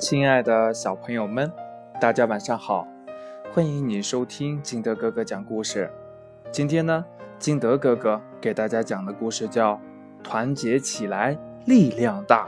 亲爱的小朋友们，大家晚上好，欢迎你收听金德哥哥讲故事。今天呢，金德哥哥给大家讲的故事叫《团结起来，力量大》。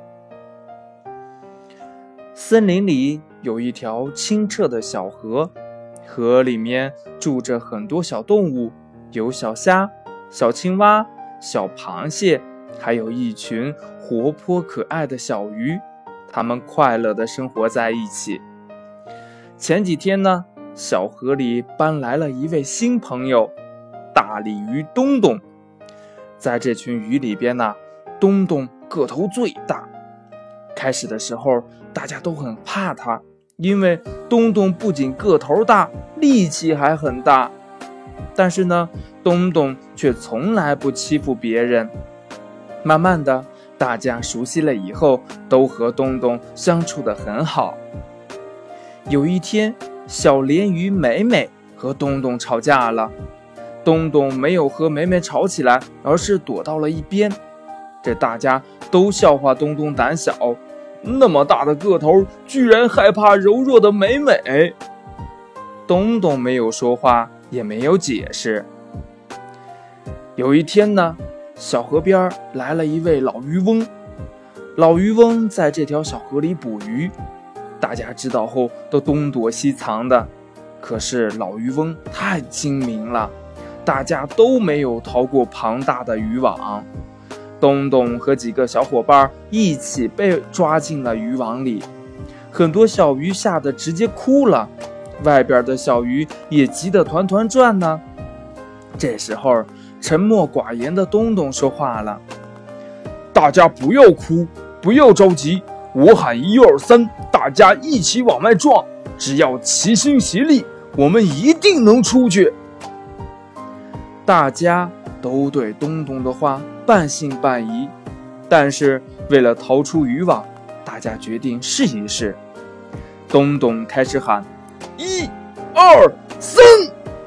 森林里有一条清澈的小河，河里面住着很多小动物，有小虾、小青蛙、小螃蟹，还有一群活泼可爱的小鱼，它们快乐地生活在一起。前几天呢，小河里搬来了一位新朋友，大鲤鱼东东。在这群鱼里边呢，东东个头最大。开始的时候，大家都很怕他，因为东东不仅个头大，力气还很大。但是呢，东东却从来不欺负别人。慢慢的，大家熟悉了以后，都和东东相处得很好。有一天，小鲢鱼美美和东东吵架了。东东没有和美美吵起来，而是躲到了一边。这大家都笑话东东胆小，那么大的个头，居然害怕柔弱的美美。东东没有说话，也没有解释。有一天呢，小河边来了一位老渔翁。老渔翁在这条小河里捕鱼，大家知道后都东躲西藏的。可是老渔翁太精明了，大家都没有逃过庞大的渔网。东东和几个小伙伴一起被抓进了渔网里，很多小鱼吓得直接哭了，外边的小鱼也急得团团转呢。这时候沉默寡言的东东说话了：大家不要哭，不要着急，我喊1、2、3，大家一起往外撞，只要齐心协力，我们一定能出去。大家都对东东的话半信半疑，但是为了逃出渔网，大家决定试一试。东东开始喊1、2、3，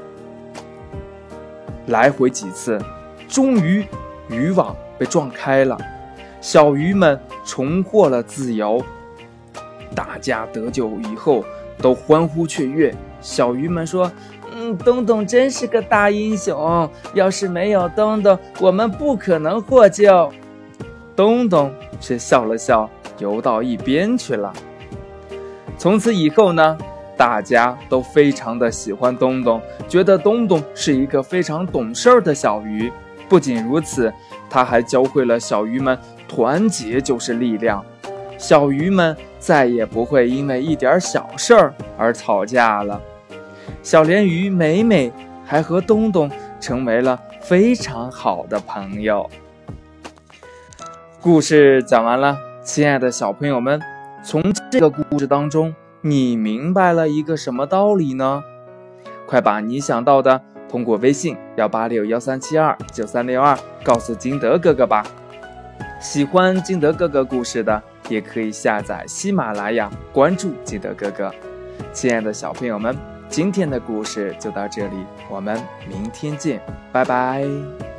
来回几次，终于渔网被撞开了，小鱼们重获了自由。大家得救以后都欢呼雀跃，小鱼们说：东东真是个大英雄，要是没有东东，我们不可能获救。东东却笑了笑，游到一边去了。从此以后呢，大家都非常的喜欢东东，觉得东东是一个非常懂事的小鱼。不仅如此，他还教会了小鱼们团结就是力量，小鱼们再也不会因为一点小事儿而吵架了。小鲢鱼美美还和东东成为了非常好的朋友。故事讲完了，亲爱的小朋友们，从这个故事当中，你明白了一个什么道理呢？快把你想到的通过微信18613729362告诉金德哥哥吧。喜欢金德哥哥故事的，也可以下载喜马拉雅，关注金德哥哥。亲爱的小朋友们，今天的故事就到这里，我们明天见，拜拜。